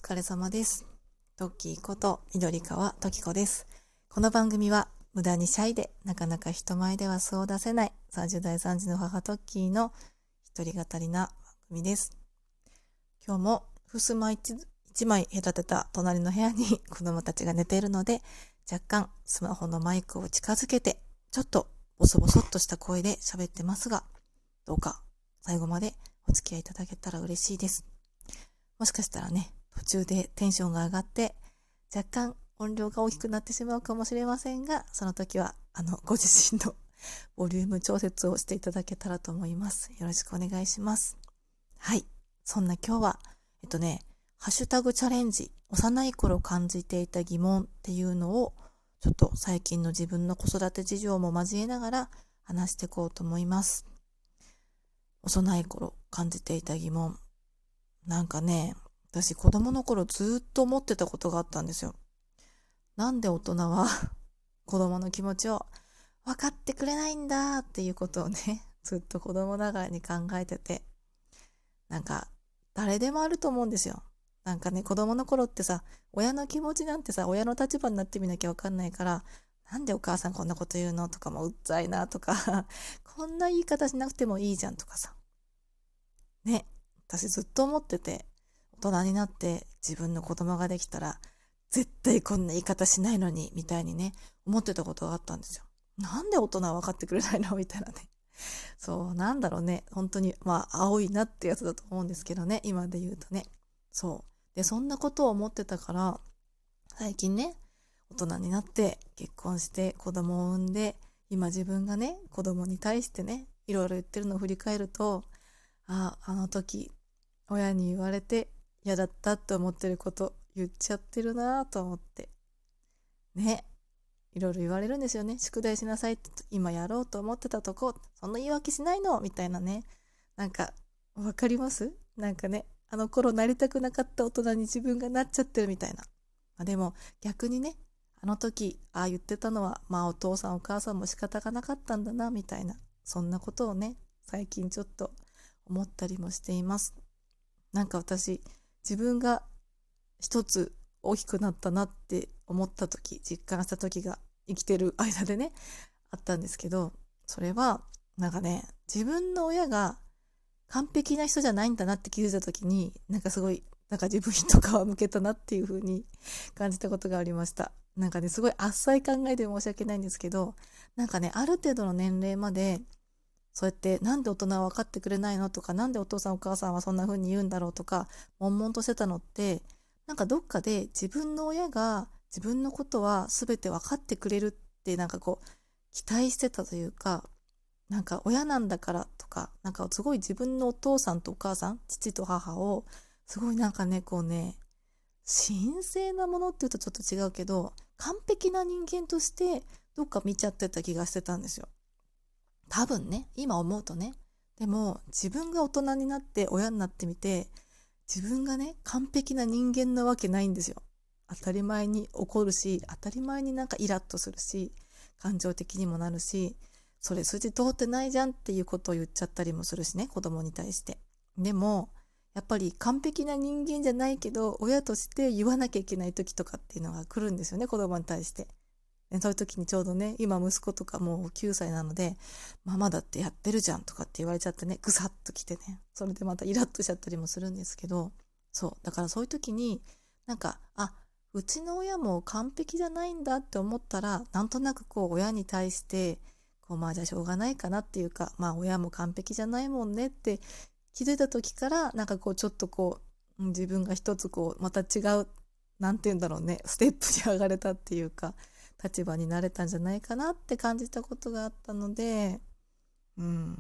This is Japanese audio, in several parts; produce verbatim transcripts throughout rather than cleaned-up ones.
疲れ様です。トッキーこと緑川トキコです。この番組は無駄にシャイでなかなか人前では素を出せないさんじゅう代さん児の母トッキーの一人語りな番組です。今日も襖一一枚隔てた隣の部屋に子供たちが寝ているので、若干スマホのマイクを近づけてちょっとボソボソっとした声で喋ってますが、どうか最後までお付き合いいただけたら嬉しいです。もしかしたらね、途中でテンションが上がって若干音量が大きくなってしまうかもしれませんが、その時はあのご自身のボリューム調節をしていただけたらと思います。よろしくお願いします。はい、そんな今日はえっとねハッシュタグチャレンジ、幼い頃感じていた疑問っていうのをちょっと最近の自分の子育て事情も交えながら話していこうと思います。幼い頃感じていた疑問、なんかね、私子供の頃ずっと思ってたことがあったんですよ。なんで大人は子供の気持ちを分かってくれないんだっていうことをね、ずっと子供ながらに考えてて、なんか誰でもあると思うんですよ。なんかね、子供の頃ってさ、親の気持ちなんてさ、親の立場になってみなきゃ分かんないから、なんでお母さんこんなこと言うのとか、もううっざいなとかこんな言い方しなくてもいいじゃんとかさ、ね、私ずっと思ってて、大人になって自分の子供ができたら絶対こんな言い方しないのにみたいにね、思ってたことがあったんですよ。なんで大人は分かってくれないのみたいなね。そう、なんだろうね、本当にまあ青いなってやつだと思うんですけどね、今で言うとね。そうで、そんなことを思ってたから、最近ね、大人になって結婚して子供を産んで、今自分がね、子供に対してね、いろいろ言ってるのを振り返ると、ああ、あの時親に言われて嫌だったって思ってること言っちゃってるなと思ってね、いろいろ言われるんですよね。宿題しなさいって、今やろうと思ってたとこそんな言い訳しないのみたいなね。なんかわかります？なんかね、あの頃なりたくなかった大人に自分がなっちゃってるみたいな。まあ、でも逆にね、あの時ああ言ってたのはまあお父さんお母さんも仕方がなかったんだなみたいな、そんなことをね、最近ちょっと思ったりもしています。なんか私自分が一つ大きくなったなって思った時、実感した時が生きてる間でねあったんですけど、それはなんかね、自分の親が完璧な人じゃないんだなって気づいた時に、なんかすごいなんか自分一皮むけたなっていう風に感じたことがありました。なんかね、すごい浅い考えで申し訳ないんですけど、なんかね、ある程度の年齢までそうやってなんで大人は分かってくれないのとか、なんでお父さんお母さんはそんな風に言うんだろうとか悶々としてたのって、なんかどっかで自分の親が自分のことは全て分かってくれるってなんかこう期待してたというか、なんか親なんだからとか、なんかすごい自分のお父さんとお母さん、父と母をすごいなんかね、こうね、神聖なものっていうとちょっと違うけど、完璧な人間としてどっか見ちゃってた気がしてたんですよ。多分ね、今思うとね。でも自分が大人になって親になってみて、自分がね完璧な人間なわけないんですよ。当たり前に怒るし、当たり前になんかイラッとするし、感情的にもなるし、それ筋通ってないじゃんっていうことを言っちゃったりもするしね、子供に対して。でもやっぱり完璧な人間じゃないけど、親として言わなきゃいけない時とかっていうのが来るんですよね、子供に対して。そういう時にちょうどね、今息子とかもうきゅうさいなので、ママだってやってるじゃんとかって言われちゃってね、ぐさっときてね、それでまたイラッとしちゃったりもするんですけど、そうだからそういう時になんか、あ、うちの親も完璧じゃないんだって思ったら、なんとなくこう親に対してこう、まあじゃあしょうがないかなっていうか、まあ親も完璧じゃないもんねって気づいた時から、なんかこうちょっとこう自分が一つこうまた違う、なんて言うんだろうね、ステップに上がれたっていうか、立場になれたんじゃないかなって感じたことがあったので、うん、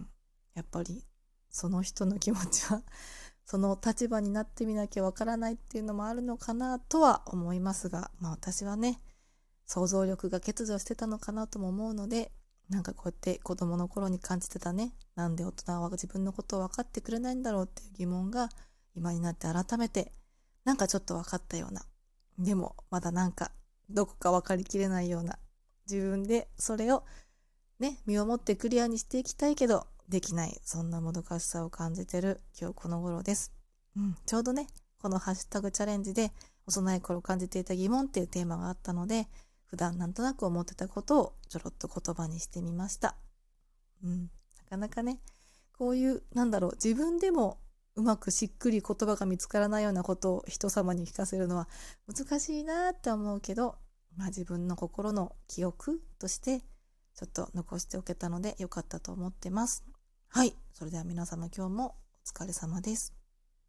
やっぱりその人の気持ちはその立場になってみなきゃわからないっていうのもあるのかなとは思いますが、まあ私はね、想像力が欠如してたのかなとも思うので、なんかこうやって子供の頃に感じてたね、なんで大人は自分のことを分かってくれないんだろうっていう疑問が今になって改めてなんかちょっと分かったような、でもまだなんかどこか分かりきれないような、自分でそれをね身をもってクリアにしていきたいけどできない、そんなもどかしさを感じてる今日この頃です。うん、ちょうどねこのハッシュタグチャレンジで幼い頃感じていた疑問っていうテーマがあったので、普段なんとなく思ってたことをちょろっと言葉にしてみました。うん、なかなかね、こういうなんだろう、自分でもうまくしっくり言葉が見つからないようなことを人様に聞かせるのは難しいなって思うけど、まあ、自分の心の記憶としてちょっと残しておけたのでよかったと思ってます。はい、それでは皆様今日もお疲れ様です。